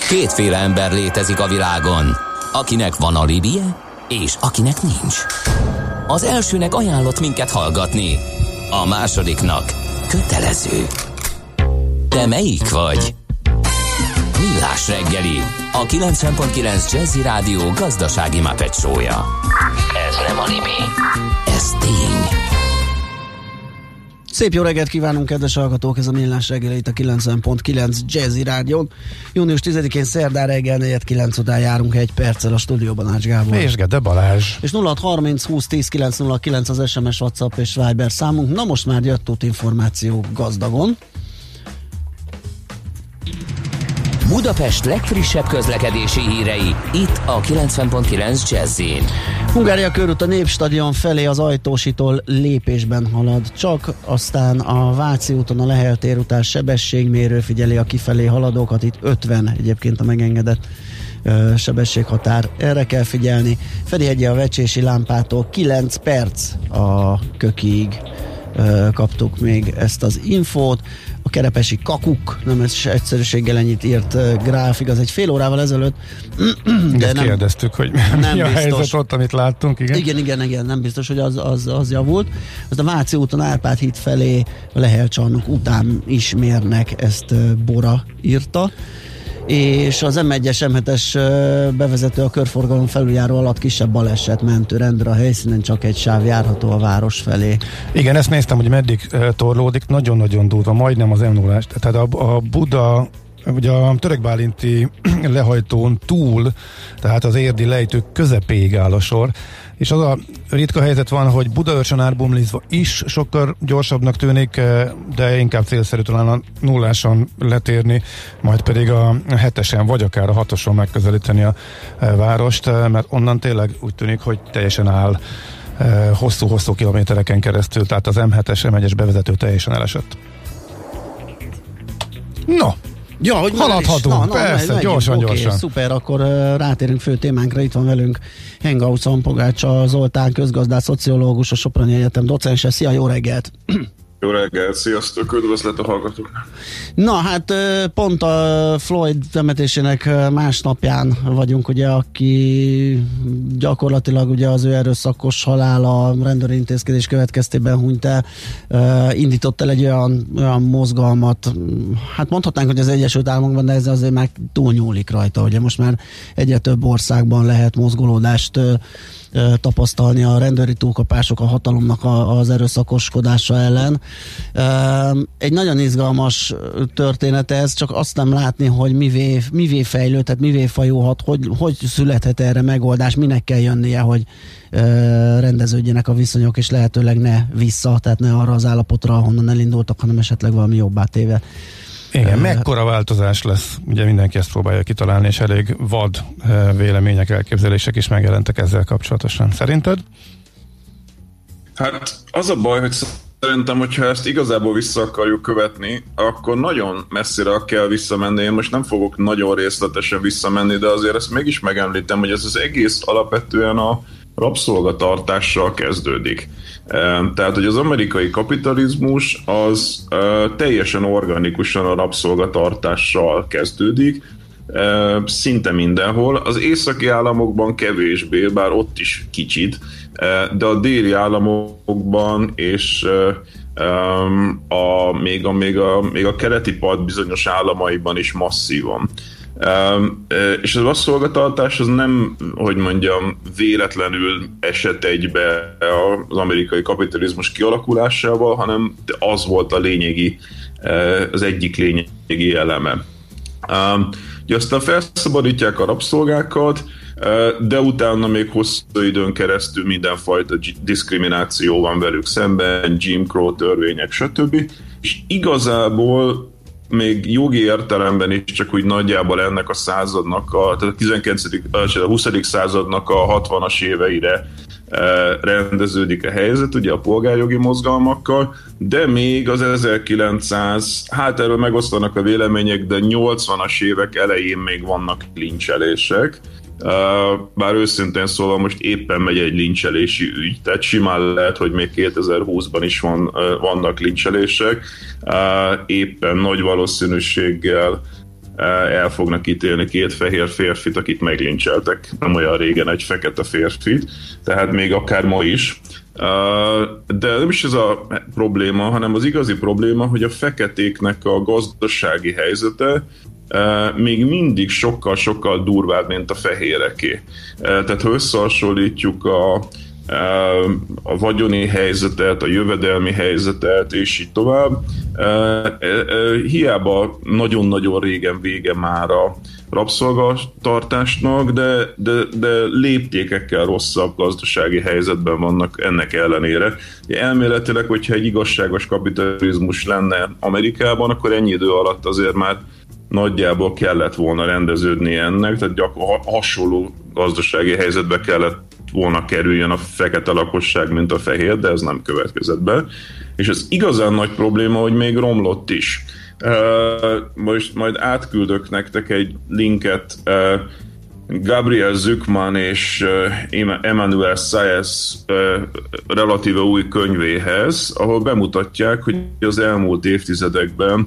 Kétféle ember létezik a világon, akinek van alibije, és akinek nincs. Az elsőnek ajánlott minket hallgatni, a másodiknak kötelező. Te melyik vagy? Millás reggeli, a 90.9 Jazzy Rádió gazdasági Muppet show-ja. Ez nem anime, ez tény. Szép jó reggelt kívánunk, kedves hallgatók! Ez a Millás reggeli itt a 90.9 Jazzy Rádión. Június 10-én szerdán reggel 4:09 után járunk egy perccel a stúdióban, Ács Gábor. És Gede Balázs. És 0630 20 10 909 az SMS, WhatsApp és Viber számunk. Na most már jött útinformáció gazdagon. Budapest legfrissebb közlekedési hírei, itt a 90.9 Jazzyn. Hungária körút a Népstadion felé az Ajtósitól lépésben halad, csak aztán a Váci úton a Lehel tér után sebességmérő figyeli a kifelé haladókat, itt 50 egyébként a megengedett sebességhatár, erre kell figyelni. Ferihegyi a Vecsési lámpától 9 perc a Kökiig kaptuk még ezt az infót. A Kerepesi Kakuk, nem ez egyszerűséggel ennyit írt gráfik, az egy fél órával ezelőtt. De nem kérdeztük, hogy nem mi a biztos. helyzet ott, amit láttunk, igen? Igen, nem biztos, hogy az javult. Azt a Váci úton Árpád híd felé a Lehel csarnok után is mérnek, ezt Bora írta. És az M1-es, M7-es bevezető a körforgalom felüljáró alatt kisebb baleset mentőrendre, a helyszínen csak egy sáv járható a város felé. Igen, ezt néztem, hogy meddig torlódik, nagyon-nagyon durva, majdnem az M0-ás. Tehát a Buda, ugye a Törökbálinti lehajtón túl, tehát az érdi lejtő közepéig áll a sor, és az a ritka helyzet van, hogy Budaörsön árbomlizva is sokkal gyorsabbnak tűnik, de inkább célszerű talán a nulláson letérni, majd pedig a 7-esen vagy akár a 6-oson megközelíteni a várost, mert onnan tényleg úgy tűnik, hogy teljesen áll hosszú-hosszú kilométereken keresztül, tehát az M7-es, M1-es bevezető teljesen elesett. No! Ja, hogy haladhatunk, persze, gyorsan. Szuper, akkor rátérünk fő témánkra. Itt van velünk Hengauson Pogácsa Zoltán, közgazdász, szociológus, a Soproni Egyetem docense. Szia, jó reggelt! Jó reggelt, sziasztok, üdvözlet a hallgatóknak! Na hát pont a Floyd temetésének másnapján vagyunk, ugye, aki gyakorlatilag ugye az ő erőszakos halála rendőri intézkedés következtében hunyt el, indított el egy olyan mozgalmat, hát mondhatnánk, hogy az Egyesült Államokban, de ez azért már túlnyúlik rajta, ugye most már egyre több országban lehet mozgolódást tapasztalni a rendőri túlkapások, a hatalomnak az erőszakoskodása ellen. Egy nagyon izgalmas történet ez, csak azt nem látni, hogy mivé fejlőd, tehát mivé fajulhat, hogy születhet erre megoldás, minek kell jönnie, hogy rendeződjenek a viszonyok, és lehetőleg ne vissza, tehát ne arra az állapotra, ahonnan elindultak, hanem esetleg valami jobbá téve. Igen, mekkora változás lesz, ugye mindenki ezt próbálja kitalálni, és elég vad vélemények, elképzelések is megjelentek ezzel kapcsolatosan. Szerinted? Hát az a baj, hogy szerintem, hogyha ezt igazából vissza akarjuk követni, akkor nagyon messzire kell visszamenni. Én most nem fogok nagyon részletesen visszamenni, de azért ezt mégis megemlítem, hogy ez az egész alapvetően a rabszolgatartással kezdődik. Tehát, hogy az amerikai kapitalizmus az teljesen organikusan a rabszolgatartással kezdődik, szinte mindenhol. Az északi államokban kevésbé, bár ott is kicsit, de a déli államokban és még a keleti part bizonyos államaiban is masszívan. És az rabszolgatartás az nem, hogy mondjam, véletlenül esett egybe az amerikai kapitalizmus kialakulásával, hanem az volt a lényegi, az egyik lényegi eleme. Ugye aztán felszabadítják a rabszolgákat, de utána még hosszú időn keresztül mindenfajta diszkrimináció van velük szemben, Jim Crow törvények, stb. És igazából még jogi értelemben is csak úgy nagyjából ennek a századnak, tehát a 20. századnak a 60-as éveire rendeződik a helyzet, ugye a polgárjogi mozgalmakkal, de még az 1900, hát erről megosztanak a vélemények, de 80-as évek elején még vannak lincselések. Bár őszintén szólva most éppen megy egy lincselési ügy, tehát simán lehet, hogy még 2020-ban is vannak lincselések, éppen nagy valószínűséggel el fognak ítélni 2 fehér férfit, akit meglincseltek nem olyan régen egy fekete férfit, tehát még akár ma is. De nem is ez a probléma, hanem az igazi probléma, hogy a feketéknek a gazdasági helyzete még mindig sokkal-sokkal durvább, mint a fehéreké. Tehát ha összehasonlítjuk a vagyoni helyzetet, a jövedelmi helyzetet, és így tovább, hiába nagyon-nagyon régen vége már a rabszolgatartásnak, de léptékekkel rosszabb gazdasági helyzetben vannak ennek ellenére. Elméletileg, hogyha egy igazságos kapitalizmus lenne Amerikában, akkor ennyi idő alatt azért már nagyjából kellett volna rendeződni ennek, tehát hasonló gazdasági helyzetbe kellett volna kerüljön a fekete lakosság, mint a fehér, de ez nem következett be. És ez igazán nagy probléma, hogy még romlott is. Most majd átküldök nektek egy linket Gabriel Zucman és Emmanuel Saez relatíve új könyvéhez, ahol bemutatják, hogy az elmúlt évtizedekben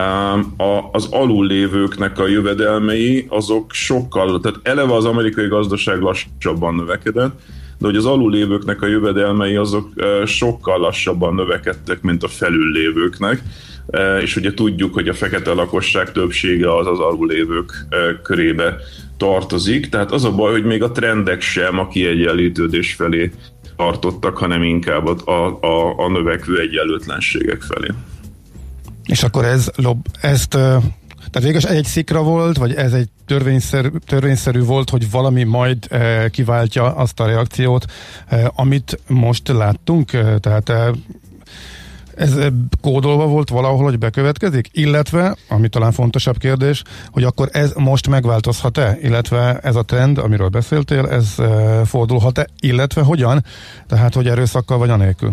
az alullévőknek a jövedelmei azok sokkal, tehát eleve az amerikai gazdaság lassabban növekedett, de hogy az alullévőknek a jövedelmei azok sokkal lassabban növekedtek, mint a felüllévőknek, és ugye tudjuk, hogy a fekete lakosság többsége az alullévők körébe tartozik, tehát az a baj, hogy még a trendek sem a kiegyenlítődés felé tartottak, hanem inkább a növekvő egyenlőtlenségek felé. És akkor tehát végül egy szikra volt, vagy ez egy törvényszerű volt, hogy valami majd kiváltja azt a reakciót, amit most láttunk? Tehát ez kódolva volt valahol, hogy bekövetkezik? Illetve, ami talán fontosabb kérdés, hogy akkor ez most megváltozhat-e? Illetve ez a trend, amiről beszéltél, ez fordulhat-e? Illetve hogyan? Tehát, hogy erőszakkal vagy anélkül?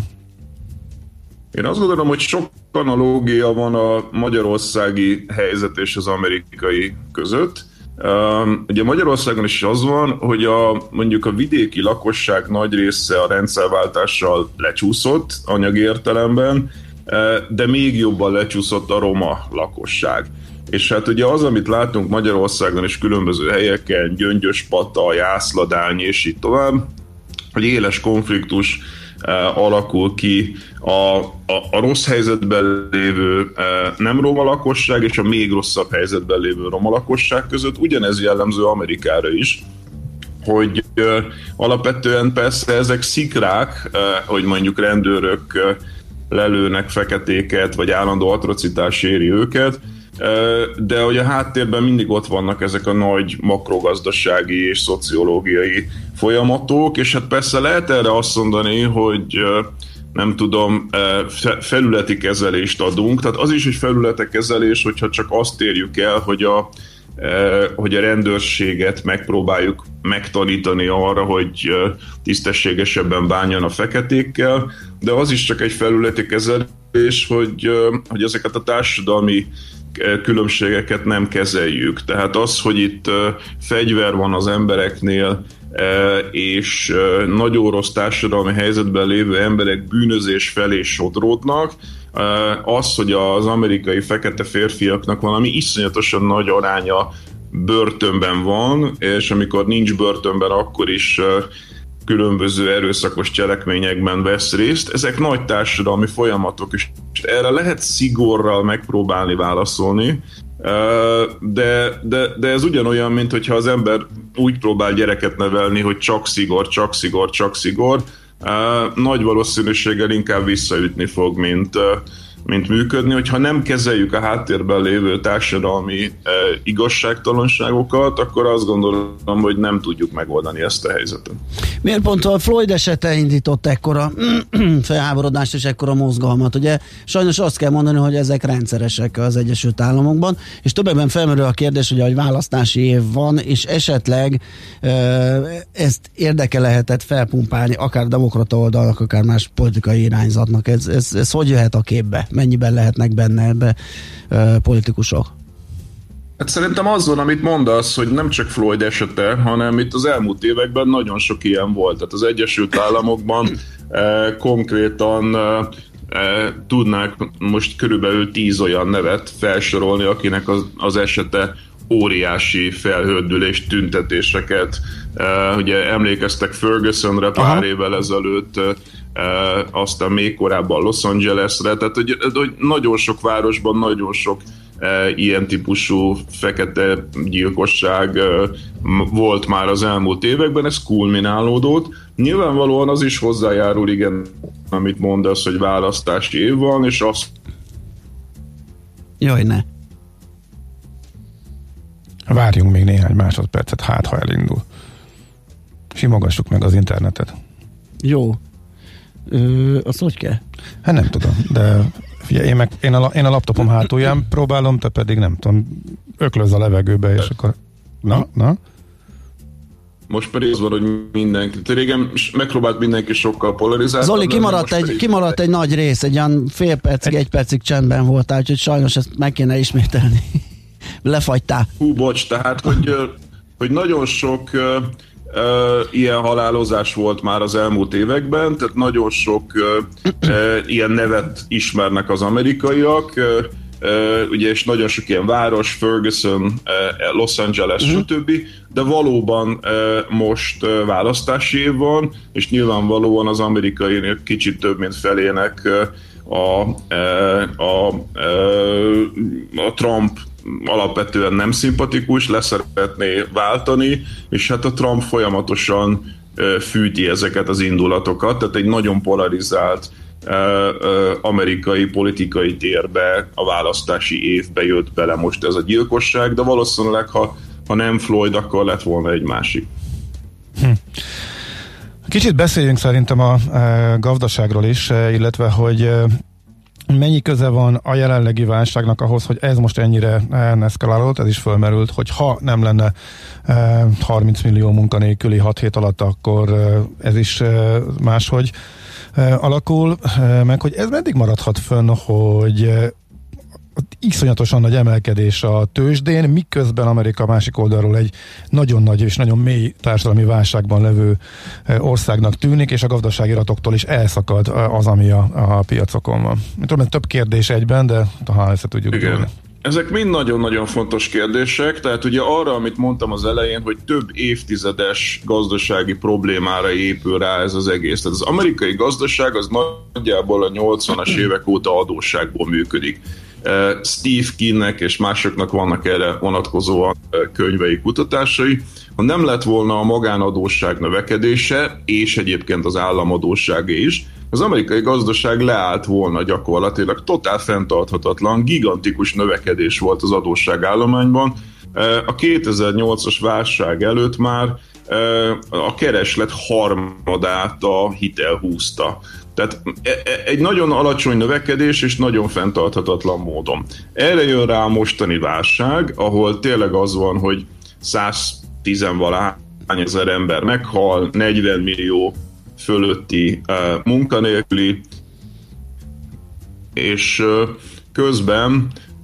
Én azt gondolom, hogy sok analógia van a magyarországi helyzet és az amerikai között. Ugye Magyarországon is az van, hogy mondjuk a vidéki lakosság nagy része a rendszerváltással lecsúszott anyagi értelemben, de még jobban lecsúszott a roma lakosság. És hát ugye az, amit látunk Magyarországon is különböző helyeken, Gyöngyöspata, Jászladány és így tovább, hogy éles konfliktus alakul ki a rossz helyzetben lévő nem roma lakosság és a még rosszabb helyzetben lévő roma lakosság között. Ugyanez jellemző Amerikára is, hogy alapvetően persze ezek szikrák, hogy mondjuk rendőrök lelőnek feketéket, vagy állandó atrocitás éri őket, de hogy a háttérben mindig ott vannak ezek a nagy makrogazdasági és szociológiai folyamatok, és hát persze lehet erre azt mondani, hogy nem tudom, felületi kezelést adunk, tehát az is egy felületi kezelés, hogyha csak azt érjük el, hogy a rendőrséget megpróbáljuk megtanítani arra, hogy tisztességesebben bánjon a feketékkel, de az is csak egy felületi kezelés, hogy ezeket a társadalmi különbségeket nem kezeljük. Tehát az, hogy itt fegyver van az embereknél, és nagyon rossz társadalmi helyzetben lévő emberek bűnözés felé sodródnak, az, hogy az amerikai fekete férfiaknak valami iszonyatosan nagy aránya börtönben van, és amikor nincs börtönben, akkor is különböző erőszakos cselekményekben vesz részt. Ezek nagy társadalmi folyamatok, és erre lehet szigorral megpróbálni válaszolni, de ez ugyanolyan, mint hogyha az ember úgy próbál gyereket nevelni, hogy csak szigor, csak szigor, csak szigor, nagy valószínűséggel inkább visszaütni fog, mint működni, hogyha nem kezeljük a háttérben lévő társadalmi igazságtalanságokat, akkor azt gondolom, hogy nem tudjuk megoldani ezt a helyzetet. Miért pont a Floyd esete indított ekkora felháborodást és ekkora mozgalmat? Ugye sajnos azt kell mondani, hogy ezek rendszeresek az Egyesült Államokban, és többekben felmerül a kérdés, hogy választási év van, és esetleg ezt érdeke lehetett felpumpálni akár demokrata oldalnak, akár más politikai irányzatnak. Ez hogy jöhet a képbe? Mennyiben lehetnek benne ebbe politikusok? Hát szerintem az van, amit mondasz, hogy nem csak Floyd esete, hanem itt az elmúlt években nagyon sok ilyen volt. Tehát az Egyesült Államokban konkrétan tudnák most körülbelül 10 olyan nevet felsorolni, akinek az esete óriási felhördülés, tüntetéseket. Ugye emlékeztek Fergusonre pár évvel ezelőtt, aztán még korábban Los Angelesre, tehát hogy nagyon sok városban nagyon sok ilyen típusú fekete gyilkosság volt már az elmúlt években, ez kulminálódott. Nyilvánvalóan az is hozzájárul, igen, amit mondasz, hogy választási év van, és azt... Jaj, ne! Várjunk még néhány másodpercet, hát ha elindul. Simogassuk meg az internetet. Jó. Azt hogy kell? Hát nem tudom, de figyelj, én a laptopom hátulján próbálom, te pedig nem tudom, öklöz a levegőbe, és akkor... Na? Most pedig az van, hogy mindenki... Régen megpróbált mindenki sokkal polarizálni. Zoli, kimaradt egy nagy rész, egy olyan fél percig, egy percig csendben voltál, úgyhogy sajnos ezt meg kéne ismételni. Lefagytál. Bocs, tehát, hogy nagyon sok ilyen halálozás volt már az elmúlt években, tehát nagyon sok ilyen nevet ismernek az amerikaiak, ugye, és nagyon sok ilyen város, Ferguson, Los Angeles, stb., de valóban most választási év van, és nyilvánvalóan az amerikaiak kicsit több mint felének a Trump alapvetően nem szimpatikus, leszeretné váltani, és hát a Trump folyamatosan fűti ezeket az indulatokat, tehát egy nagyon polarizált amerikai politikai térbe a választási évbe jött bele most ez a gyilkosság, de valószínűleg, ha nem Floyd, akkor lett volna egy másik. Kicsit beszéljünk szerintem a gazdaságról is, illetve hogy mennyi köze van a jelenlegi válságnak ahhoz, hogy ez most ennyire eszkalálódott, ez is fölmerült, hogy ha nem lenne 30 millió munkanélküli 6 hét alatt, akkor ez is máshogy alakul, meg hogy ez meddig maradhat fönn, hogy iszonyatosan nagy emelkedés a tőzsdén, miközben Amerika másik oldalról egy nagyon nagy és nagyon mély társadalmi válságban levő országnak tűnik, és a gazdasági iratoktól is elszakad az, ami a piacokon van. Tudom, több kérdés egyben, de talán össze tudjuk tudni. Ezek mind nagyon-nagyon fontos kérdések, tehát ugye arra, amit mondtam az elején, hogy több évtizedes gazdasági problémára épül rá ez az egész. Tehát az amerikai gazdaság az nagyjából a 80-as évek óta adósságból működik. Steve Kinnek és másoknak vannak erre vonatkozóan könyvei, kutatásai. Ha nem lett volna a magánadósság növekedése, és egyébként az államadóssága is, az amerikai gazdaság leállt volna gyakorlatilag, totál fenntarthatatlan, gigantikus növekedés volt az adósságállományban. A 2008-as válság előtt már a kereslet harmadát a hitel húzta. Tehát egy nagyon alacsony növekedés és nagyon fenntarthatatlan módon. Erre jön rá a mostani válság, ahol tényleg az van, hogy 110-valahány ezer ember meghal, 40 millió fölötti munkanélküli, és közben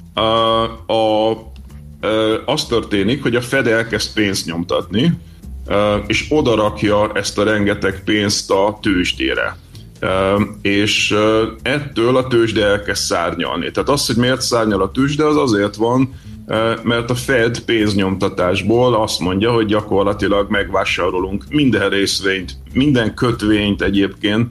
az történik, hogy a Fed elkezd pénzt nyomtatni, és odarakja ezt a rengeteg pénzt a tőzsdére. És ettől a tőzsde elkezd szárnyalni. Tehát az, hogy miért szárnyal a tőzsde, az azért van, mert a Fed pénznyomtatásból azt mondja, hogy gyakorlatilag megvásárolunk minden részvényt, minden kötvényt egyébként,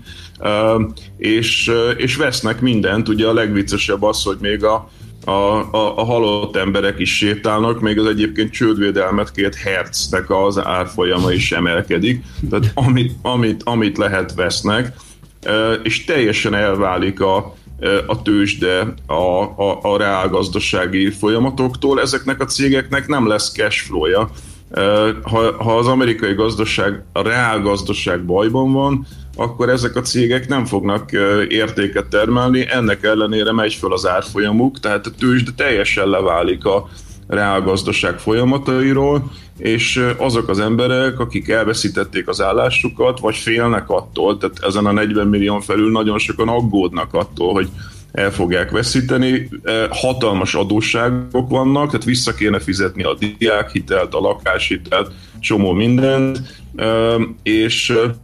és vesznek mindent. Ugye a legviccesebb az, hogy még a halott emberek is sétálnak, még az egyébként csődvédelmet 2 hertznek az árfolyama is emelkedik. Tehát amit lehet, vesznek, és teljesen elválik a tőzsde a reálgazdasági folyamatoktól. Ezeknek a cégeknek nem lesz cashflow-ja. Ha az amerikai gazdaság, a reálgazdaság bajban van, akkor ezek a cégek nem fognak értéket termelni, ennek ellenére megy föl az árfolyamuk, tehát a tőzsde teljesen leválik a reálgazdaság folyamatairól, és azok az emberek, akik elveszítették az állásukat, vagy félnek attól, tehát ezen a 40 millió felül nagyon sokan aggódnak attól, hogy el fogják veszíteni. Hatalmas adósságok vannak, tehát vissza kéne fizetni a diákhitelt, a lakáshitelt, csomó mindent, és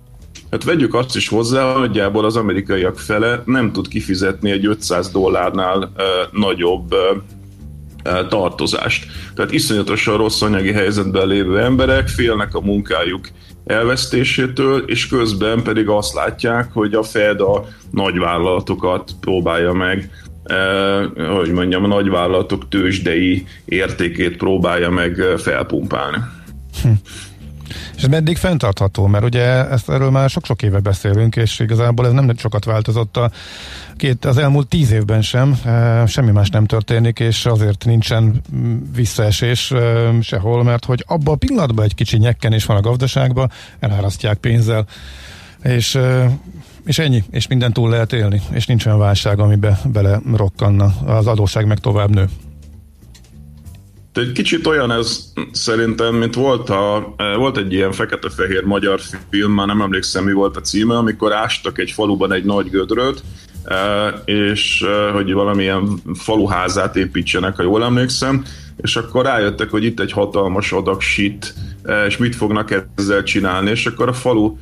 Hát vegyük azt is hozzá, hogy nagyjából az amerikaiak fele nem tud kifizetni egy $500 nagyobb tartozást. Tehát iszonyatosan rossz anyagi helyzetben lévő emberek félnek a munkájuk elvesztésétől, és közben pedig azt látják, hogy a Fed a nagyvállalatokat próbálja meg, hogy mondjam, a nagyvállalatok tőzsdei értékét próbálja meg felpumpálni. És ez meddig fenntartható? Mert ugye erről már sok-sok éve beszélünk, és igazából ez nem sokat változott az elmúlt 10 évben sem, semmi más nem történik, és azért nincsen visszaesés sehol, mert hogy abban a pillanatban egy kicsi nyekkenés van a gazdaságban, elárasztják pénzzel, és ennyi, és minden túl lehet élni, és nincs olyan válság, amiben bele rokkanna, az adósság meg tovább nő. Egy kicsit olyan ez szerintem, mint volt egy ilyen fekete-fehér magyar film, már nem emlékszem, mi volt a címe, amikor ástak egy faluban egy nagy gödröt, és hogy valamilyen faluházát építsenek, ha jól emlékszem, és akkor rájöttek, hogy itt egy hatalmas adag shit, és mit fognak ezzel csinálni, és akkor a falu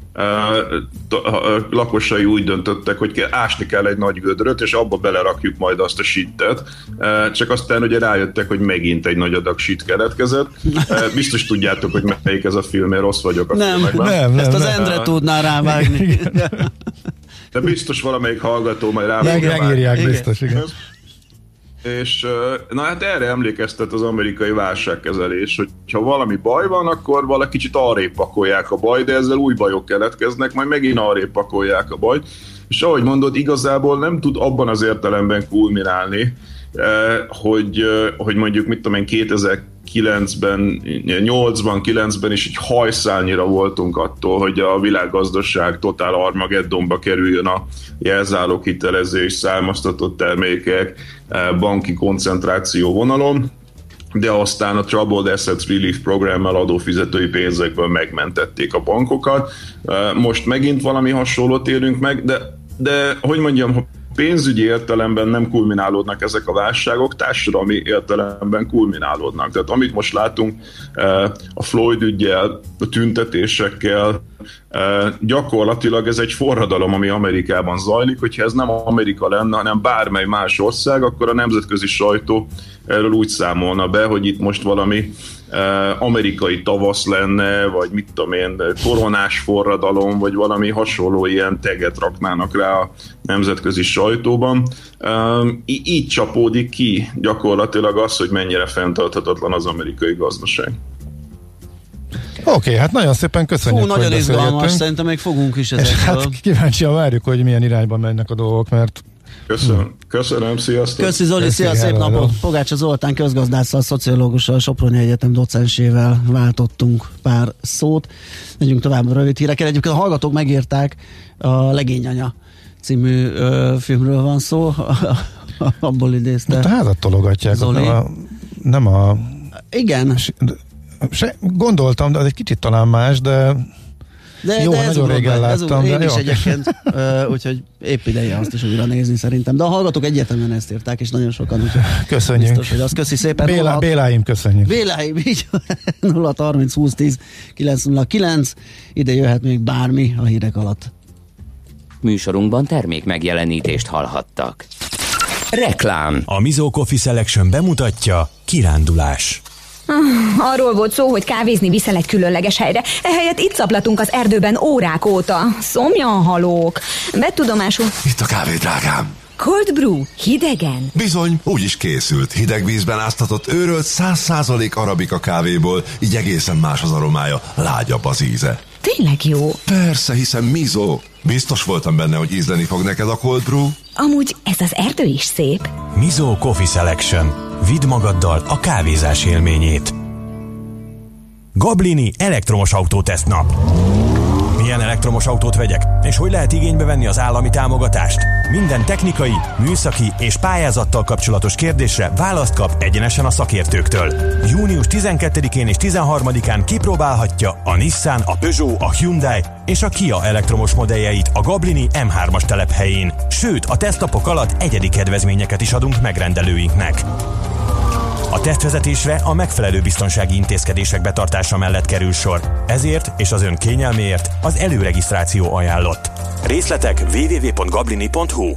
lakosai úgy döntöttek, hogy ásni kell egy nagy gödröt, és abba belerakjuk majd azt a shittet. Csak aztán ugye rájöttek, hogy megint egy nagy adag shit keletkezett. Biztos tudjátok, hogy melyik ez a film, én rossz vagyok a filmekben. Nem, ezt az Endre tudná rávágni. De biztos valamelyik hallgató majd rávágja. Megírják biztos, igen. És na hát erre emlékeztet az amerikai válságkezelés, hogy ha valami baj van, akkor valaki kicsit arrébb pakolják a baj, de ezzel új bajok keletkeznek, majd megint arrébb pakolják a bajt, és ahogy mondod, igazából nem tud abban az értelemben kulminálni, hogy mondjuk, mit tudom én, 2009-ben, 8-ban, 9-ben is egy hajszálnyira voltunk attól, hogy a világgazdaság totál Armageddonba kerüljön a jelzáloghitelezés, származtatott termékek, banki koncentráció vonalon, de aztán a Troubled Assets Relief programmal adófizetői pénzekből megmentették a bankokat. Most megint valami hasonlót élünk meg, de hogy mondjam, pénzügyi értelemben nem kulminálódnak ezek a válságok, társadalmi értelemben kulminálódnak. Tehát amit most látunk a Floyd üggyel, a tüntetésekkel, gyakorlatilag ez egy forradalom, ami Amerikában zajlik. Hogyha ez nem Amerika lenne, hanem bármely más ország, akkor a nemzetközi sajtó erről úgy számolna be, hogy itt most valami amerikai tavasz lenne, vagy mit tudom én, koronás forradalom, vagy valami hasonló ilyen teget raknának rá a nemzetközi sajtóban. Így csapódik ki gyakorlatilag az, hogy mennyire fenntarthatatlan az amerikai gazdaság. Oké, hát nagyon szépen köszönjük. Nagyon izgalmas, szerintem még fogunk is ezekről. Hát kíváncsian várjuk, hogy milyen irányban mennek a dolgok, mert Köszönöm, sziasztok! Köszi Zoli, szia, szép napot! Pogácsa Zoltán közgazdásszal, szociológussal, a Soproni Egyetem docensével váltottunk pár szót. Megyünk tovább rövid hírekkel. Egyébként a hallgatók megírták, a Legényanya című filmről van szó, abból idézte. A házat tologatják, Zoli. Nem a... Igen. Gondoltam, de az egy kicsit talán más, de jó, de nagyon régen láttam. Én is egyébként, úgyhogy épp ideje azt is újra nézni szerintem. De a hallgatók egyértelműen ezt írták, és nagyon sokan, úgyhogy köszönjük. Biztos, hogy azt köszi szépen. Béláim, köszönjük. Béláim, így 0-30 20 10 909, ide jöhet még bármi a hírek alatt. Műsorunkban termék megjelenítést hallhattak. Reklám. A Mizó Coffee Selection bemutatja Kirándulás. Arról volt szó, hogy kávézni viszel egy különleges helyre. Ehelyett itt szaplatunk az erdőben órák óta. Szomjan halók. Vedd tudomásul. Itt a kávé, drágám. Cold brew. Hidegen. Bizony, úgy is készült. Hideg vízben áztatott őrölt 100% arabika kávéból, így egészen más az aromája, lágyabb az íze. Tényleg jó. Persze, hiszen Mizó. Biztos voltam benne, hogy ízleni fog neked a cold brew. Amúgy ez az erdő is szép. Mizó Coffee Selection. Vidd magaddal a kávézás élményét. Gablini elektromos autóteszt nap. Milyen elektromos autót vegyek? És hogy lehet igénybe venni az állami támogatást? Minden technikai, műszaki és pályázattal kapcsolatos kérdésre választ kap egyenesen a szakértőktől. Június 12-én és 13-án kipróbálhatja a Nissan, a Peugeot, a Hyundai és a Kia elektromos modelljeit a Gablini M3-as telephelyén. Sőt, a tesztnapok alatt egyedi kedvezményeket is adunk megrendelőinknek. A tesztvezetésre a megfelelő biztonsági intézkedések betartása mellett kerül sor. Ezért és az ön kényelméért az előregisztráció ajánlott. Részletek www.gablini.hu.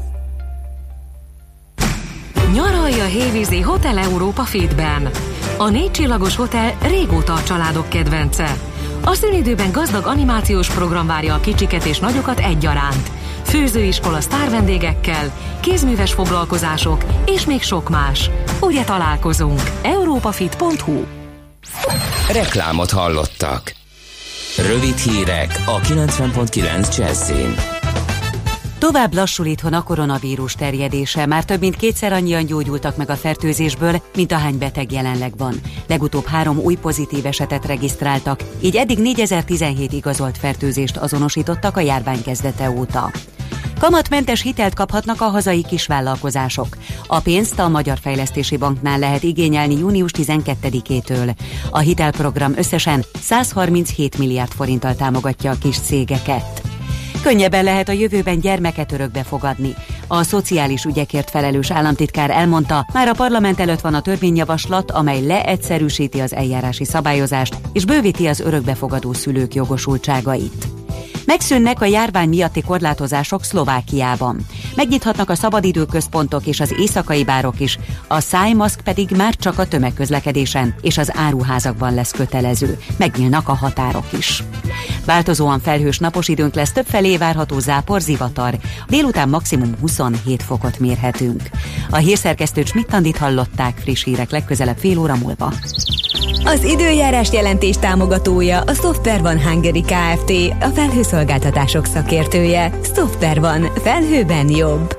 Nyaralj a Hévízi Hotel Európa Fitben. A 4 csillagos hotel régóta a családok kedvence. A szünidőben gazdag animációs program várja a kicsiket és nagyokat egyaránt. Főzőiskola sztárvendégekkel, kézműves foglalkozások és még sok más. Ugye találkozunk? europafit.hu. Reklámot hallottak. Rövid hírek a 90.9 Jazzyn. Tovább lassul itthon a koronavírus terjedése, már több mint 2-szer annyian gyógyultak meg a fertőzésből, mint ahány beteg jelenleg van. Legutóbb 3 új pozitív esetet regisztráltak, így eddig 4017 igazolt fertőzést azonosítottak a járvány kezdete óta. Kamatmentes hitelt kaphatnak a hazai kisvállalkozások. A pénzt a Magyar Fejlesztési Banknál lehet igényelni június 12-től. A hitelprogram összesen 137 milliárd forinttal támogatja a kis cégeket. Könnyebben lehet a jövőben gyermeket örökbe fogadni. A szociális ügyekért felelős államtitkár elmondta, már a parlament előtt van a törvényjavaslat, amely leegyszerűsíti az eljárási szabályozást és bővíti az örökbefogadó szülők jogosultságait. Megszűnnek a járvány miatti korlátozások Szlovákiában. Megnyithatnak a szabadidőközpontok és az éjszakai bárok is, a szájmaszk pedig már csak a tömegközlekedésen és az áruházakban lesz kötelező. Megnyílnak a határok is. Változóan felhős napos időnk lesz, többfelé várható zápor, zivatar. Délután maximum 27 fokot mérhetünk. A hírszerkesztőt Schmidt-Andit hallották, friss hírek legközelebb fél óra múlva. Az időjárás jelentés támogatója a Software One Hungary Kft., a felhőszolgáltatások szakértője. Software One. Felhőben jobb.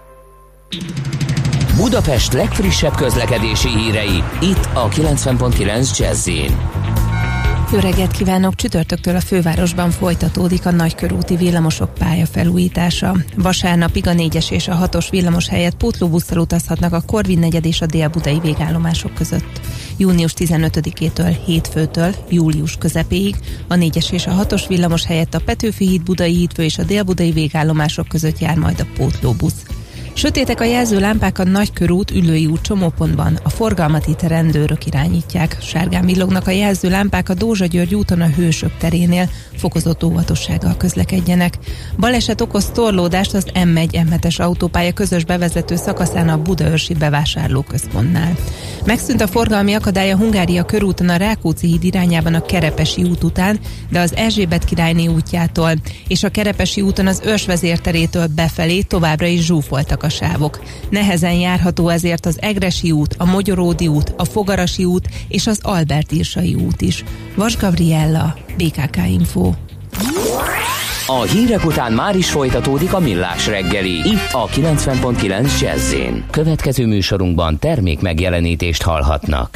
Budapest legfrissebb közlekedési hírei, itt a 90.9 Jazzyn. Jó reggelt kívánok! Csütörtöktől a fővárosban folytatódik a nagykörúti villamosok pályafelújítása. Vasárnapig a 4-es és a 6-os villamos helyett pótlóbusszal utazhatnak a Korvin negyed és a délbudai végállomások között. Június 15-től hétfőtől július közepéig a 4-es és a 6-os villamos helyett a Petőfi híd, Budai hídfő és a délbudai végállomások között jár majd a pótlóbusz. Sötétek a jelzőlámpák a Nagykörút, Üllői út csomópontban, a forgalmat itt rendőrök irányítják. Sárgán villognak a jelzőlámpák a Dózsa-György úton a Hősök terénél, fokozott óvatossággal közlekedjenek. Baleset okoz torlódást az M1-M7-es autópálya közös bevezető szakaszán a Budaörsi bevásárlóközpontnál. Megszűnt a forgalmi akadály a Hungária körúton a Rákóczi híd irányában a Kerepesi út után, de az Erzsébet királyné útjától és a Kerepesi úton az Őrsvezérterétől befelé továbbra is zsúfoltak a sávok. Nehezen járható ezért az Egressy út, a Mogyoródi út, a Fogarasi út és az Albert-írsai út is. Vas Gabriella, BKK Info. A hírek után már is folytatódik a Millás reggeli, itt a 90.9 Jazzyn. Következő műsorunkban termék megjelenítést hallhatnak.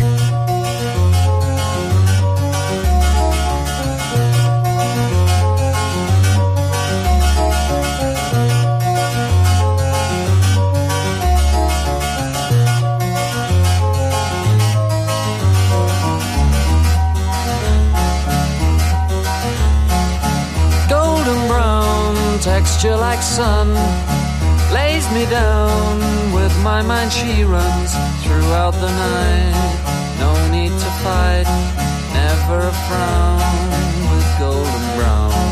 Texture like sun lays me down. With my mind she runs throughout the night. No need to fight, never a frown. With golden brown,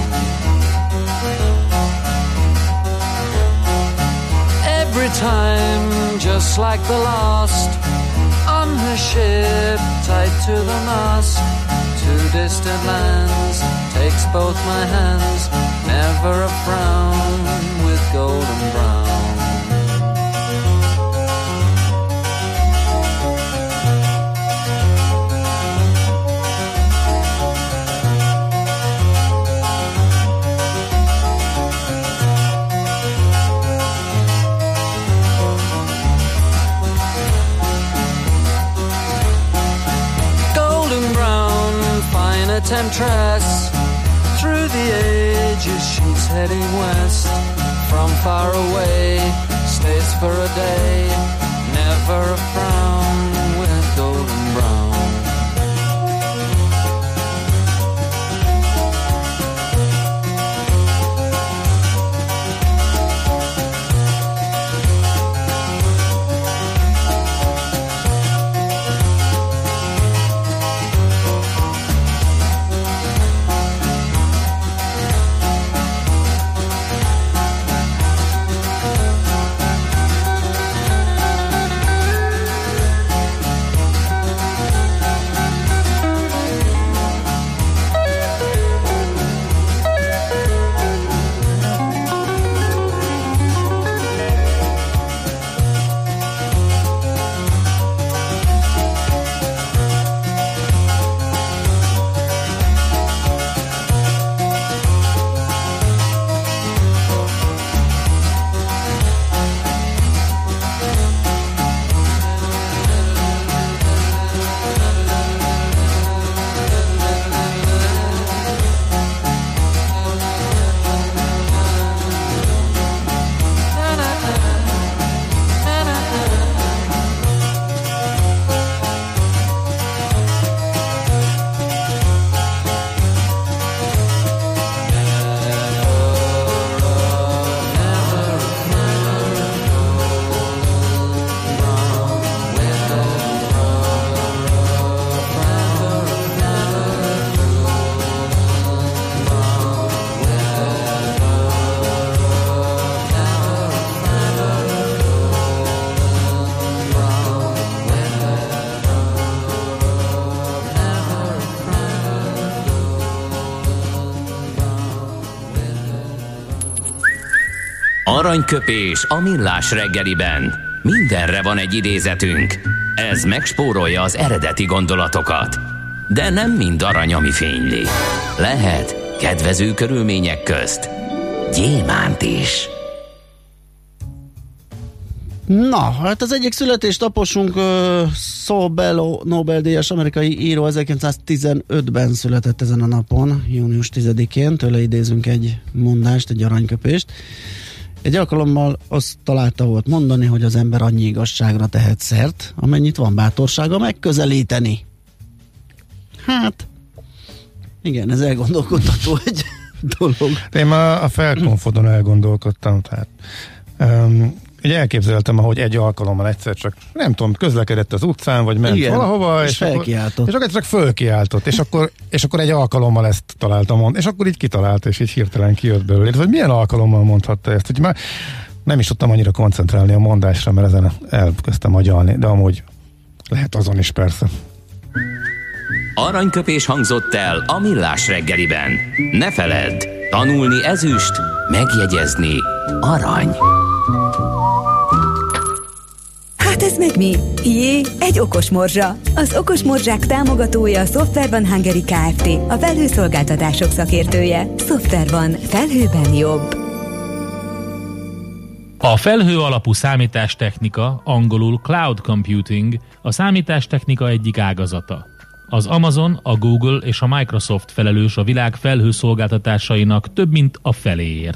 every time just like the last. On her ship tied to the mast, to distant lands, takes both my hands. Never a frown with golden brown. Golden brown, fine a temptress. Through the ages she's heading west. From far away, stays for a day. Never a frown with golden brown. Aranyköpés a millás reggeliben. Mindenre van egy idézetünk. Ez megspórolja az eredeti gondolatokat. De nem mind arany, ami fényli. Lehet kedvező körülmények közt gyémánt is. Na, hát az egyik születésnaposunk Saul Bellow Nobel-díjas amerikai író 1915-ben született ezen a napon, június 10-én, tőle idézünk egy mondást, egy aranyköpést. Egy alkalommal azt találta volt mondani, hogy az ember annyi igazságra tehet szert, amennyit van bátorsága megközelíteni. Hát, igen, ez elgondolkodtató egy dolog. Én már a felkonfodon elgondolkodtam, tehát ugye elképzeltem, ahogy egy alkalommal egyszer csak, nem tudom, közlekedett az utcán, vagy ment valahova, és felkiáltott. És akkor csak fölkiáltott, és akkor egy alkalommal ezt találtam, és akkor így kitalált, és így hirtelen kijött belőle. Hogy milyen alkalommal mondhatta ezt? Hogy már nem is tudtam annyira koncentrálni a mondásra, mert ezen elkezdtem agyalni, de amúgy lehet azon is persze. Aranyköpés hangzott el a millás reggeliben. Ne feledd, tanulni ezüst, megjegyezni arany. Hát ez meg mi? Jé, egy okos morzsa. Az okos morzsák támogatója a Software One Hungary Kft. A felhőszolgáltatások szakértője. Software One. Felhőben jobb. A felhő alapú számítástechnika, angolul cloud computing, a számítástechnika egyik ágazata. Az Amazon, a Google és a Microsoft felelős a világ felhőszolgáltatásainak több mint a feléért.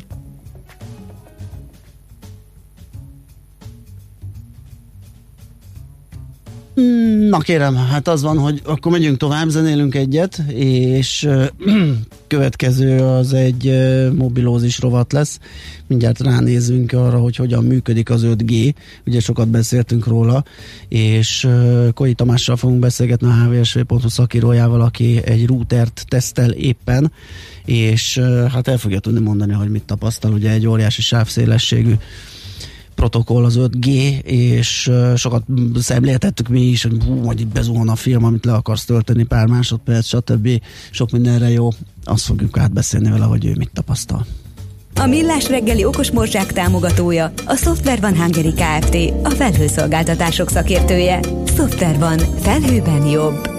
Na kérem, hát az van, hogy akkor megyünk tovább, zenélünk egyet, és következő az egy mobilózis rovat lesz. Mindjárt ránézünk arra, hogy hogyan működik az 5G, ugye sokat beszéltünk róla, és Koi Tamással fogunk beszélgetni, a hvsv.hu szakírójával, aki egy routert tesztel éppen, és hát el fogja tudni mondani, hogy mit tapasztal, ugye egy óriási sávszélességű protokoll az 5G, és sokat szemléltettük mi is, hogy majd itt bezuhan a film, amit le akarsz tölteni pár másodperc, stb. Sok mindenre jó. Azt fogjuk átbeszélni vele, hogy ő mit tapasztal. A millás reggeli okos morzsák támogatója a Software One Hungary Kft. A felhőszolgáltatások szakértője. Software One. Felhőben jobb.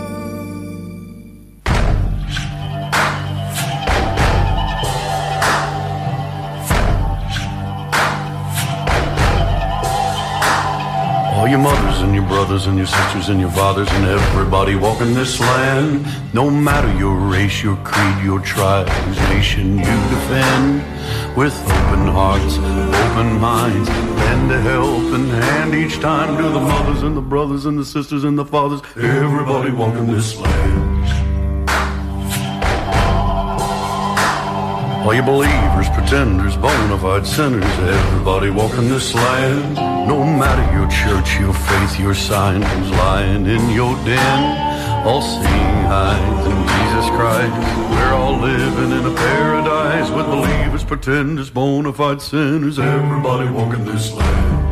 All your mothers and your brothers and your sisters and your fathers and everybody walking this land, no matter your race, your creed, your tribe, whose nation you defend, with open hearts, open minds, lend a helping hand each time to the mothers and the brothers and the sisters and the fathers, everybody walking this land. All you believers, pretenders, bona fide sinners, everybody walking this land. No matter your church, your faith, your sign, who's lying in your den, all seeing eyes in Jesus Christ. We're all living in a paradise with believers, pretenders, bona fide sinners, everybody walking this land.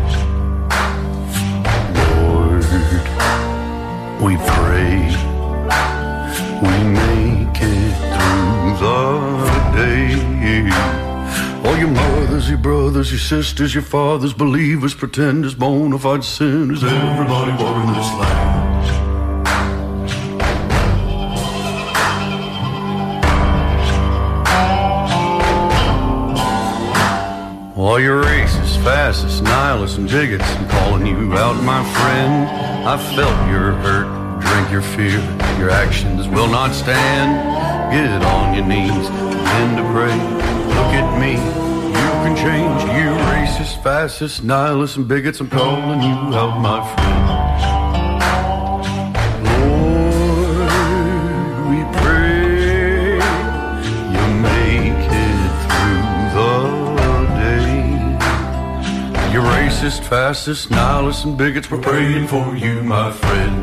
Lord, we pray we make it through the day. All your mothers, your brothers, your sisters, your fathers, believers, pretenders, bona fide sinners, everybody walking this land. All your racists, fascists, nihilists, and bigots, I'm calling you out, my friend. I felt your hurt, drink your fear, your actions will not stand. Get on your knees, begin to pray. Look at me, you can change. You racist, fascist, nihilists, and bigots, I'm calling you out, my friend. Lord, we pray you make it through the day. You racist, fascist, nihilists, and bigots, we're praying for you, my friend.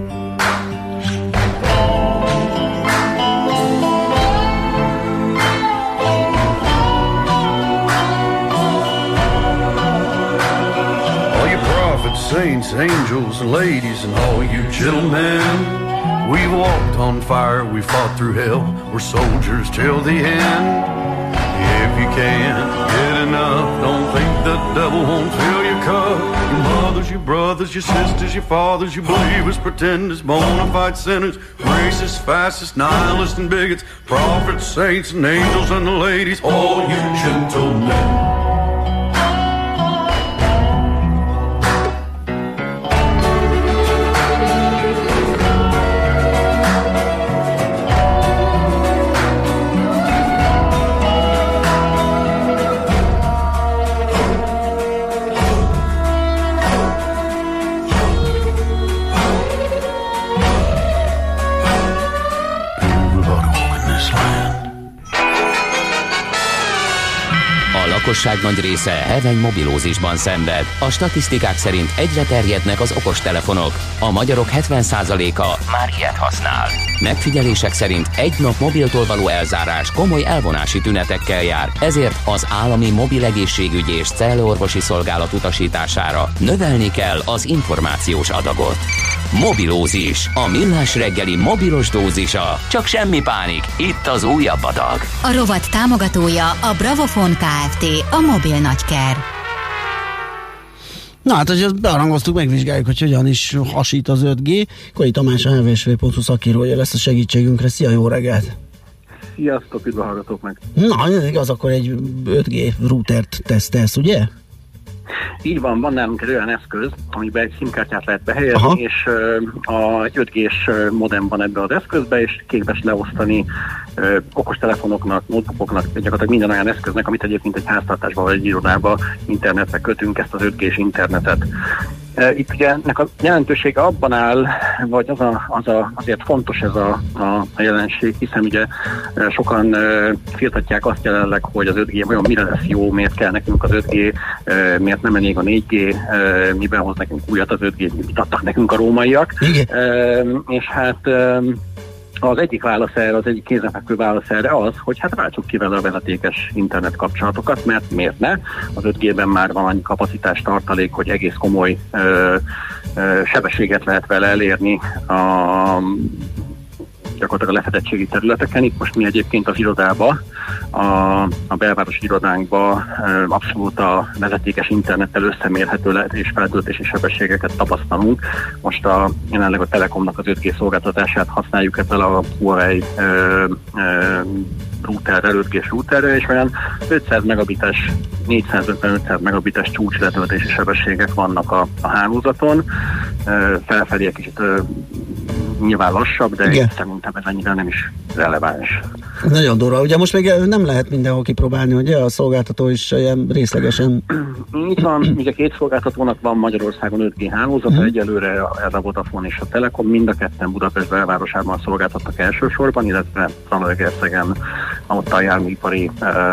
Saints, angels, and ladies, and all you gentlemen, we've walked on fire, we fought through hell, we're soldiers till the end. If you can't get enough, don't the devil won't fill your cup. Your mothers, your brothers, your sisters, your fathers, your believers, pretenders, bona fide sinners, racists, fascists, nihilists and bigots, prophets, saints and angels and the ladies, all you gentlemen. A lakosság nagy része heveny mobilózisban szenved. A statisztikák szerint egyre terjednek az okostelefonok. A magyarok 70%-a már ilyet használ. Megfigyelések szerint egy nap mobiltól való elzárás komoly elvonási tünetekkel jár, ezért az állami mobil egészségügyi és cellorvosi szolgálat utasítására növelni kell az információs adagot. Mobilózis, a millás reggeli mobilos dózisa. Csak semmi pánik, itt az újabb adag. A rovat támogatója a Bravofon Kft. A mobil nagyker. Na hát, hogy ezt bearangoztuk, megvizsgáljuk, hogy hogyan is hasít az 5G. Koi Tamás, a hvsv.hu szakírója lesz a segítségünkre. Szia, jó reggelt! Sziasztok, üdv hallgatók meg! Na, ez igaz, akkor egy 5G routert tesztelsz, ugye? Így van nálunk egy olyan eszköz, amiben egy SIM-kártyát lehet behelyezni, és a 5G-s modem van ebbe az eszközbe, és képes leosztani okostelefonoknak, notebookoknak, gyakorlatilag minden olyan eszköznek, amit egyébként egy háztartásban vagy egy irodában internetre kötünk, ezt az 5G-s internetet. Itt ugye ennek a jelentősége abban áll, vagy azért fontos ez a jelenség, hiszen ugye sokan firtatják azt jelenleg, hogy az 5G vajon mire lesz jó, miért kell nekünk az 5G, miért nem elég a 4G, miben hoz nekünk újat az 5G, mit adtak nekünk a rómaiak. És hát az egyik válasz erre, az egyik kézenfekvő válasz erre az, hogy hát váltsuk ki vele a vezetékes internet kapcsolatokat, mert miért ne? Az 5G-ben már van annyi kapacitás tartalék, hogy egész komoly sebességet lehet vele elérni gyakorlatilag a lefedettségi területeken. Itt most mi egyébként az irodába, a belvárosi irodánkba abszolút a vezetékes internettel összemérhető és feltöltési sebességeket tapasztalunk. Most jelenleg a Telekomnak az 5G szolgáltatását használjuk ezzel a Huawei routerrel, 5G-s routerrel, és olyan 500 megabites, 450-500 megabites csúcsletöltési sebességek vannak a hálózaton. Felfelé egy kicsit nyilván lassabb, de szerintem ez ennyire nem is releváns. Nagyon durva. Ugye most még nem lehet mindenhol kipróbálni, ugye a szolgáltató is ilyen részlegesen. Így van, ugye két szolgáltatónak van Magyarországon 5G hálózata, egyelőre a Vodafone és a Telekom, mind a ketten Budapest belvárosában szolgáltattak elsősorban, illetve Zalaegerszegen, ott a járműipari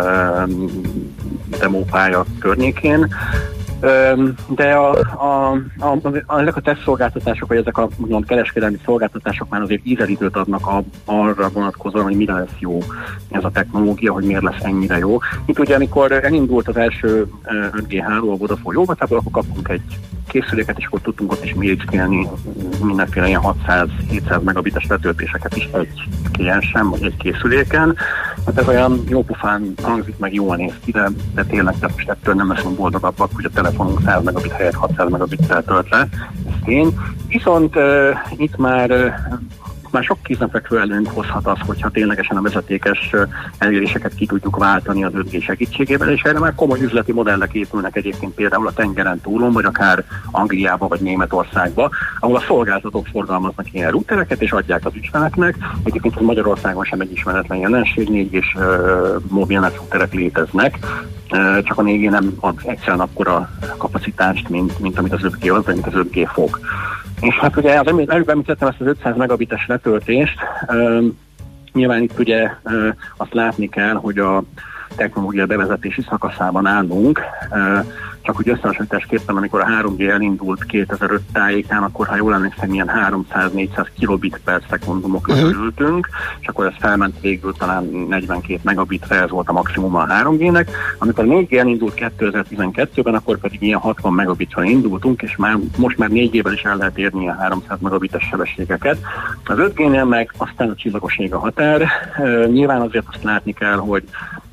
demópálya környékén. De ezek a tesztszolgáltatások, vagy ezek a úgymond kereskedelmi szolgáltatások már azért ízelítőt adnak arra vonatkozóan, hogy mire lesz jó ez a technológia, hogy miért lesz ennyire jó. Itt ugye, amikor elindult az első 5G háló a Vodafone jóvatából, akkor kaptunk egy készüléket, és akkor tudtunk ott is méricskélni mindenféle ilyen 600-700 megabites letöltéseket is egy kliensen, vagy egy készüléken. Hát ez olyan jópofán hangzik, meg jól néz ki, de tényleg most ettől nem leszünk boldogabbak, hogy a telefonunk 100 megabit helyett 600 megabittel tölt le, ez tény. Viszont itt már sok kézenfekvő előnyt hozhat az, hogyha ténylegesen a vezetékes eléréseket ki tudjuk váltani az 5G segítségével, és erre már komoly üzleti modellek épülnek egyébként például a tengeren túlon, vagy akár Angliába, vagy Németországba, ahol a szolgáltatók forgalmaznak ilyen routereket, és adják az ügyfeleknek. Egyébként Magyarországon sem egy ismeretlen jelenség, 4G-s mobilnet routerek léteznek, csak a 4G nem ad egyszerűen akkora kapacitást, mint amit az 5G az, vagy mint az 5G fog. És hát ugye előbb említettem ezt az 500 megabites letöltést, nyilván itt ugye azt látni kell, hogy a technológia bevezetési szakaszában állunk, csak úgy összehasonlításképpen, amikor a 3G elindult 2005 tájékán, akkor ha jól emlékszem, ilyen 300-400 kilobit per szekundumokra örültünk, és akkor ez felment végül talán 42 megabitre, ez volt a maximum a 3G-nek. Amikor a 4G elindult 2012-ben, akkor pedig ilyen 60 megabitra indultunk, és most már 4G-vel is el lehet érni a 300 megabites sebességeket. Az 5G-nél meg aztán a csillagos ég a határ. Nyilván azért azt látni kell, hogy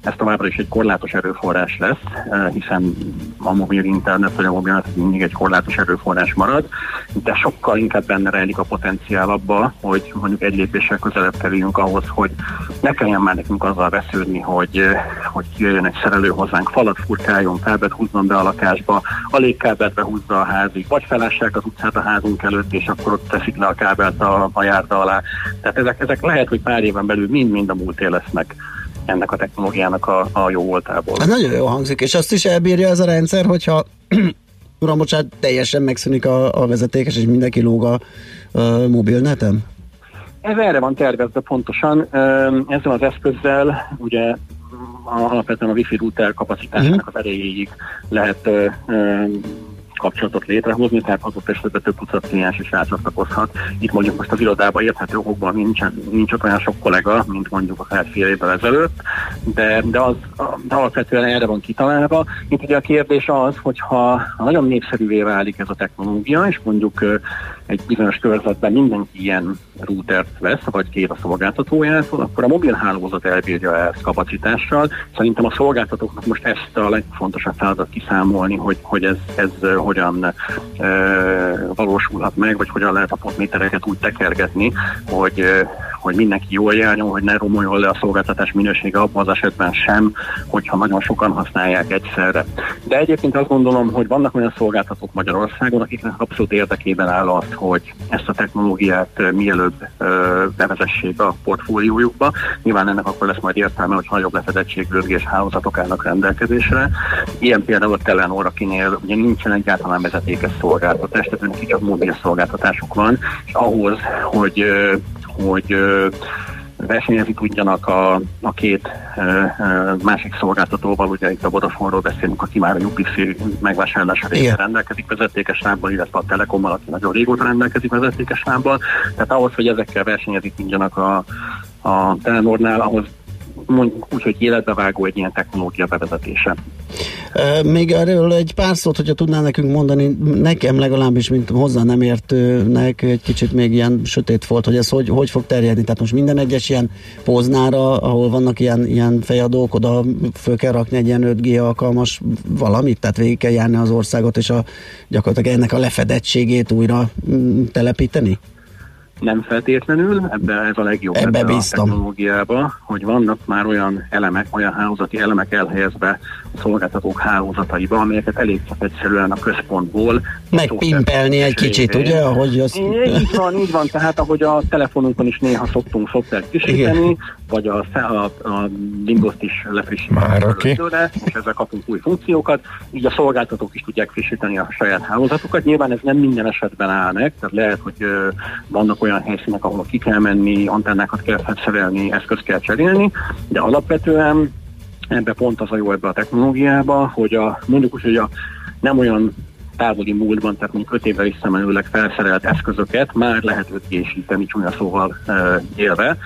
ez továbbra is egy korlátos erőforrás lesz, hiszen a mobil internet vagy a mobil mindig egy korlátos erőforrás marad, de sokkal inkább benne rejlik a potenciál abba, hogy mondjuk egy lépéssel közelebb kerüljünk ahhoz, hogy ne kelljen már nekünk azzal vesződni, hogy jöjjön egy szerelő hozzánk, falat furkáljon, kábelt húzzon be a lakásba, a légkábelt behúzza a házig, vagy felássák az utcát a házunk előtt, és akkor ott teszik le a kábelt a járda alá. Tehát ezek lehet, hogy pár éven belül mind a múlté lesznek ennek a technológiának a jó voltából. Hát nagyon jó hangzik, és azt is elbírja ez a rendszer, hogyha uram, bocsánat, teljesen megszűnik a vezetékes, és mindenki lóg a mobilneten? Ez erre van tervezve pontosan. Ezzel az eszközzel ugye alapvetően a Wi-Fi router kapacitásának az erejéig lehet kapcsolatot létrehozni, tehát adott esetben több tucat kliens is rácsatlakozhat. Itt mondjuk most az irodában érthető okokban nincs olyan sok kollega, mint mondjuk akár fél évvel ezelőtt, de alapvetően erre van kitalálva. Itt ugye a kérdés az, hogyha nagyon népszerűvé válik ez a technológia, és mondjuk egy bizonyos körzetben mindenki ilyen routert vesz, vagy kér a szolgáltatójától, akkor a mobilhálózat elbírja ezt kapacitással. Szerintem a szolgáltatóknak most ezt a legfontosabb feladat kiszámolni, hogy ez hogyan valósulhat meg, vagy hogyan lehet a potmétereket úgy tekergetni, hogy mindenki jól járjon, hogy ne romoljon le a szolgáltatás minősége abban az esetben sem, hogyha nagyon sokan használják egyszerre. De egyébként azt gondolom, hogy vannak olyan szolgáltatók Magyarországon, akiknek abszolút érdekében áll az, hogy ezt a technológiát mielőbb bevezessék a portfóliójukba. Nyilván ennek akkor lesz majd értelme, hogy nagyobb lefedettségű 5G-s hálózatok állnak rendelkezésre. Ilyen például a Telenor, akinél ugye nincsen egyáltalán vezetékes szolgáltatás, tehát neki csak mobil szolgáltatásuk van, és ahhoz, hogy versenyezni tudjanak a két másik szolgáltatóval, ugye itt a Vodafone-ról beszélünk, aki már a UPC megvásárlása része rendelkezik vezetékes lábbal, illetve a Telekommal, aki nagyon régóta rendelkezik vezetékes lábbal. Tehát ahhoz, hogy ezekkel versenyezni tudjanak a Telenornál, ahhoz mondjuk úgy, hogy életbevágó egy ilyen technológia bevezetése. Még erről egy pár szót, hogyha tudnál nekünk mondani, nekem legalábbis, mint hozzá nem értőnek, egy kicsit még ilyen sötét volt, hogy ez hogy fog terjedni. Tehát most minden egyes ilyen poznára, ahol vannak ilyen fejadók, oda föl kell rakni egy ilyen 5G alkalmas valamit, tehát végig kell járni az országot, és gyakorlatilag ennek a lefedettségét újra telepíteni? Nem feltétlenül, ez a legjobb ebben a technológiában, hogy vannak már olyan elemek, olyan hálózati elemek elhelyezve a szolgáltatók hálózataiba, amelyeket elég egyszerűen a központból megpimpelni egy kicsit, ugye? Ahogy az... Így van, tehát ahogy a telefonunkon is néha szoktunk szoftvert frissíteni, vagy a Windows-t is lefrissíteni tőle, és ezzel kapunk új funkciókat, így a szolgáltatók is tudják frissíteni a saját hálózatukat. Nyilván ez nem minden esetben áll meg, tehát lehet, hogy vannak olyan helyszínek, ahol ki kell menni, antennákat kell felszerelni, eszközt kell cserélni, de alapvetően ebbe pont az a jó ebbe a technológiába, hogy mondjuk úgy, hogy nem olyan távoli múltban, tehát mondjuk 5 évre visszamenőleg felszerelt eszközöket már lehet 5G-síteni, csúnya szóval élve.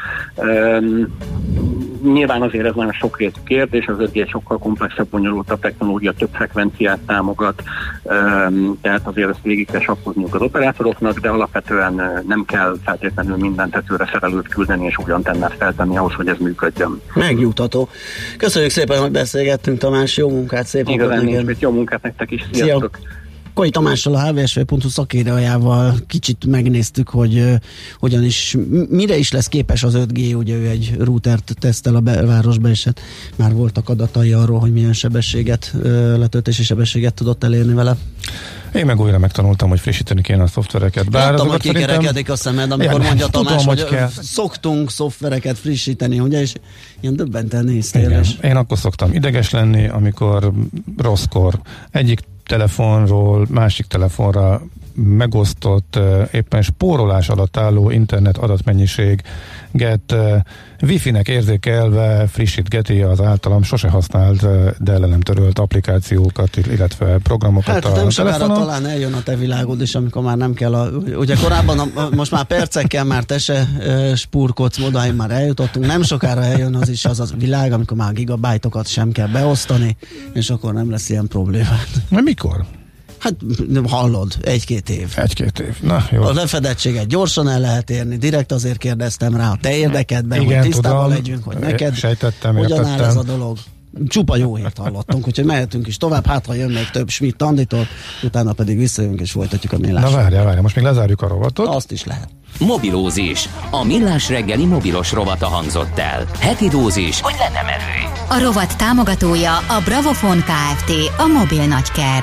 Nyilván azért ez nagyon sokrétű kérdés, az 5G sokkal komplexebb, bonyolultabb technológia, több frekvenciát támogat, tehát azért ezt végig kell sakkozniuk az operátoroknak, de alapvetően nem kell feltétlenül minden tetőre szerelőt küldeni és úgy antennát feltenni ahhoz, hogy ez működjön. Megnyugtató. Köszönjük szépen, hogy beszélgettünk, Tamás, jó munkát, szép napot neked. Jó munkát nektek is, sziasztok! Koi Tamással, a hvsv.hu szakérőjával kicsit megnéztük, hogy hogyan is, mire is lesz képes az 5G, ugye ő egy routert tesztel a belvárosba, és hát már voltak adatai arról, hogy milyen sebességet, letöltési sebességet tudott elérni vele. Én meg újra megtanultam, hogy frissíteni kéne a szoftvereket. Bár láttam, hogy kikerekedik a szemed, amikor mondja Tamás, tudom, hogy szoktunk szoftvereket frissíteni, ugye, és ilyen döbbenten néztél. Én akkor szoktam ideges lenni, amikor rosszkor egyik telefonról másik telefonra megosztott, éppen spórolás alatt álló internet adatmennyiséget Wi-Fi-nek érzékelve frissítgeti az általam sose használt, de le nem törölt applikációkat, illetve programokat hát, a telefonon. Hát nem sokára talán eljön a te világod is, amikor már nem kell ugye korábban, most már percekkel már te se spurkodsz, odáig már eljutottunk, nem sokára eljön az világ, amikor már gigabájtokat sem kell beosztani, és akkor nem lesz ilyen problémát. Mikor? Hát hallod, 1-2 év. 1-2 év, na jó. A lefedettséget gyorsan el lehet érni, direkt azért kérdeztem rá a te érdekedben, igen, hogy tisztában tudom, legyünk, hogy neked sejtettem, hogyan áll értettem. ez a dolog. Csupa jó hírt hallottunk, úgyhogy mehetünk is tovább, hát ha jön még több Schmidt Anditól, utána pedig visszajövünk és folytatjuk a Millás. Na várjál, most még lezárjuk a rovatot. Azt is lehet. Mobilózis. A Millás reggeli mobilos rovata hangzott el. Heti dózis, hogy lenne merő. A rovat támogatója a Bravofon Kft. A mobil nagyker.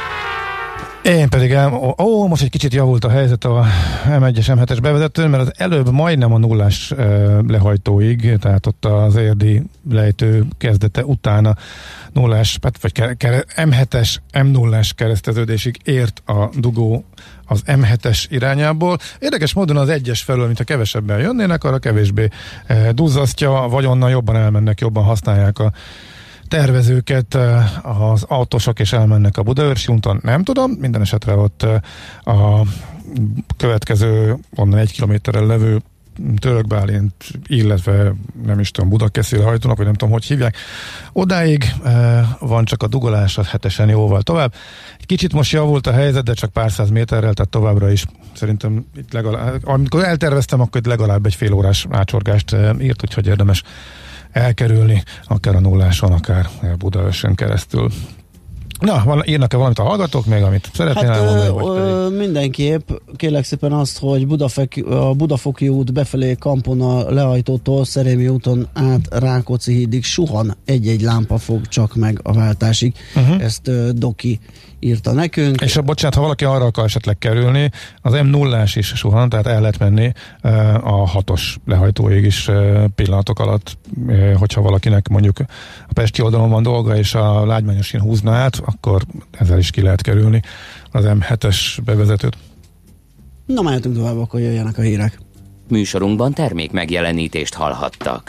Én pedig most egy kicsit javult a helyzet a M1-es M7-es bevezetőn, mert az előbb majdnem a nullás lehajtóig, tehát ott az érdi lejtő kezdete után a nullás, vagy M7-es, M0-as kereszteződésig ért a dugó az M7-es irányából. Érdekes módon az 1-es felől, mintha kevesebben jönnének, arra kevésbé duzzasztja, vagy onnan jobban elmennek, jobban használják a tervezőket az autósok, és elmennek a Budaörsi úton, nem tudom, minden esetre ott a következő onnan 1 kilométerrel levő Törökbálint, illetve nem is tudom, Budakeszél hajtónak, vagy nem tudom, hogy hívják. Odáig van csak a dugolás, a 7-esen jóval tovább. Egy kicsit most javult a helyzet, de csak pár száz méterrel, tehát továbbra is szerintem itt legalább, amikor elterveztem, akkor itt legalább egy fél órás ácsorgást írt, úgyhogy érdemes elkerülni, akár a nulláson, akár Budaörsön keresztül. Na, írnak-e valamit a hallgatók még, amit szeretnél elmondani? Vagy mindenképp kérlek szépen azt, hogy a Budafoki út befelé Kampona lehajtótól Szerémi úton át Rákóczi hídig suhan egy-egy lámpa fog csak meg a váltásig. Ezt Doki írta nekünk. És bocsánat, ha valaki arra akar esetleg kerülni, az M0-ás is suhan, tehát el lehet menni a 6-os lehajtóig is pillanatok alatt, hogyha valakinek mondjuk a pesti oldalon van dolga, és a lágymányosin húzna át, akkor ezzel is ki lehet kerülni az M7-es bevezetőt. Na, mehetünk tovább, akkor jöjjenek a hírek. Műsorunkban termék megjelenítést hallhattak.